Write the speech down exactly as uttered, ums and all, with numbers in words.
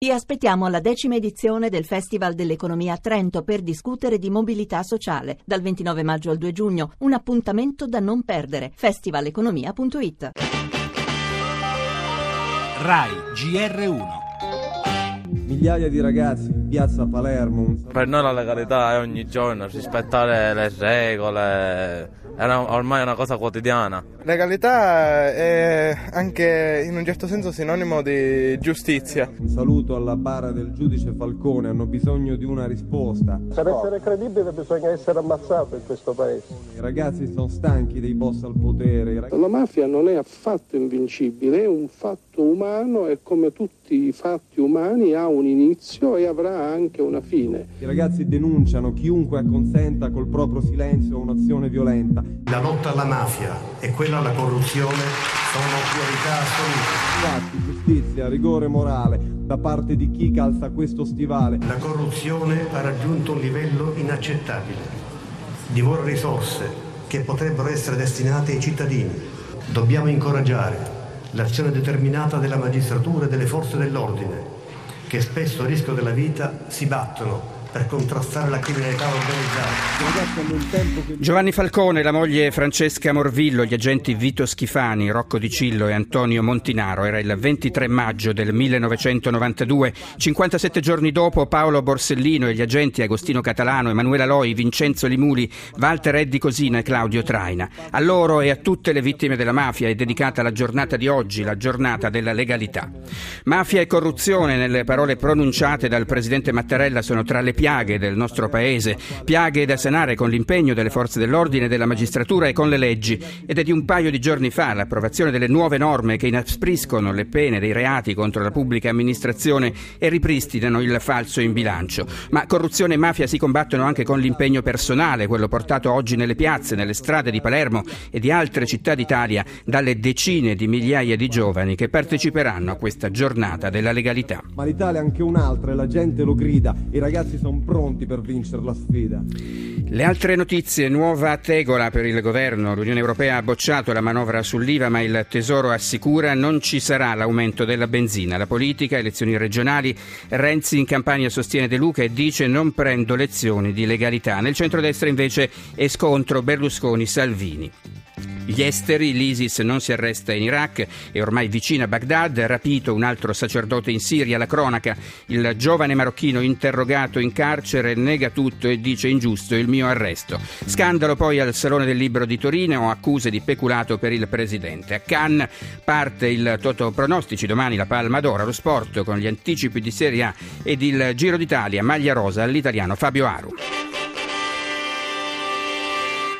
Vi aspettiamo alla decima edizione del Festival dell'Economia a Trento per discutere di mobilità sociale. Dal ventinove maggio al due giugno, un appuntamento da non perdere. festivaleconomia punto it. Rai G R uno. Migliaia di ragazzi in piazza Palermo. Per noi la legalità è ogni giorno, rispettare le regole, è una, ormai una cosa quotidiana. Legalità è anche in un certo senso sinonimo di giustizia. Un saluto alla bara del giudice Falcone, hanno bisogno di una risposta. Per essere credibile bisogna essere ammazzato in questo paese. I ragazzi sono stanchi dei boss al potere. Rag... La mafia non è affatto invincibile, è un fatto umano e come tutti i fatti umani ha un inizio e avrà anche una fine. I ragazzi denunciano chiunque acconsenta col proprio silenzio a un'azione violenta. La lotta alla mafia e quella alla corruzione sono priorità assolute. Fatti, giustizia, rigore morale da parte di chi calza questo stivale. La corruzione ha raggiunto un livello inaccettabile. Divora risorse che potrebbero essere destinate ai cittadini. Dobbiamo incoraggiare l'azione determinata della magistratura e delle forze dell'ordine, che spesso a rischio della vita si battono per contrastare la criminalità organizzata. Giovanni Falcone, la moglie Francesca Morvillo, gli agenti Vito Schifani, Rocco Di Cillo e Antonio Montinaro. Era il ventitré maggio del millenovecentonovantadue. cinquantasette giorni dopo, Paolo Borsellino e gli agenti Agostino Catalano, Emanuela Loi, Vincenzo Limuli, Walter Eddi Cosina e Claudio Traina. A loro e a tutte le vittime della mafia è dedicata la giornata di oggi, la giornata della legalità. Mafia e corruzione, nelle parole pronunciate dal presidente Mattarella, sono tra le piaghe del nostro paese, piaghe da sanare con l'impegno delle forze dell'ordine, della magistratura e con le leggi. Ed è di un paio di giorni fa l'approvazione delle nuove norme che inaspriscono le pene dei reati contro la pubblica amministrazione e ripristinano il falso in bilancio. Ma corruzione e mafia si combattono anche con l'impegno personale, quello portato oggi nelle piazze, nelle strade di Palermo e di altre città d'Italia dalle decine di migliaia di giovani che parteciperanno a questa giornata della legalità. Ma l'Italia è anche un'altra e la gente lo grida, i ragazzi sono pronti per vincere la sfida. Le altre notizie: nuova tegola per il governo. L'Unione Europea ha bocciato la manovra sull'I V A, ma il Tesoro assicura non ci sarà l'aumento della benzina. La politica, elezioni regionali, Renzi in campagna sostiene De Luca e dice non prendo lezioni di legalità. Nel centrodestra invece è scontro Berlusconi-Salvini. Gli esteri, l'ISIS non si arresta in Iraq, è ormai vicina a Baghdad, rapito un altro sacerdote in Siria, la cronaca, il giovane marocchino interrogato in carcere nega tutto e dice ingiusto il mio arresto. Scandalo poi al Salone del Libro di Torino, accuse di peculato per il presidente. A Cannes parte il Toto Pronostici, domani la Palma d'Oro, lo sport con gli anticipi di Serie A ed il Giro d'Italia, maglia rosa all'italiano Fabio Aru.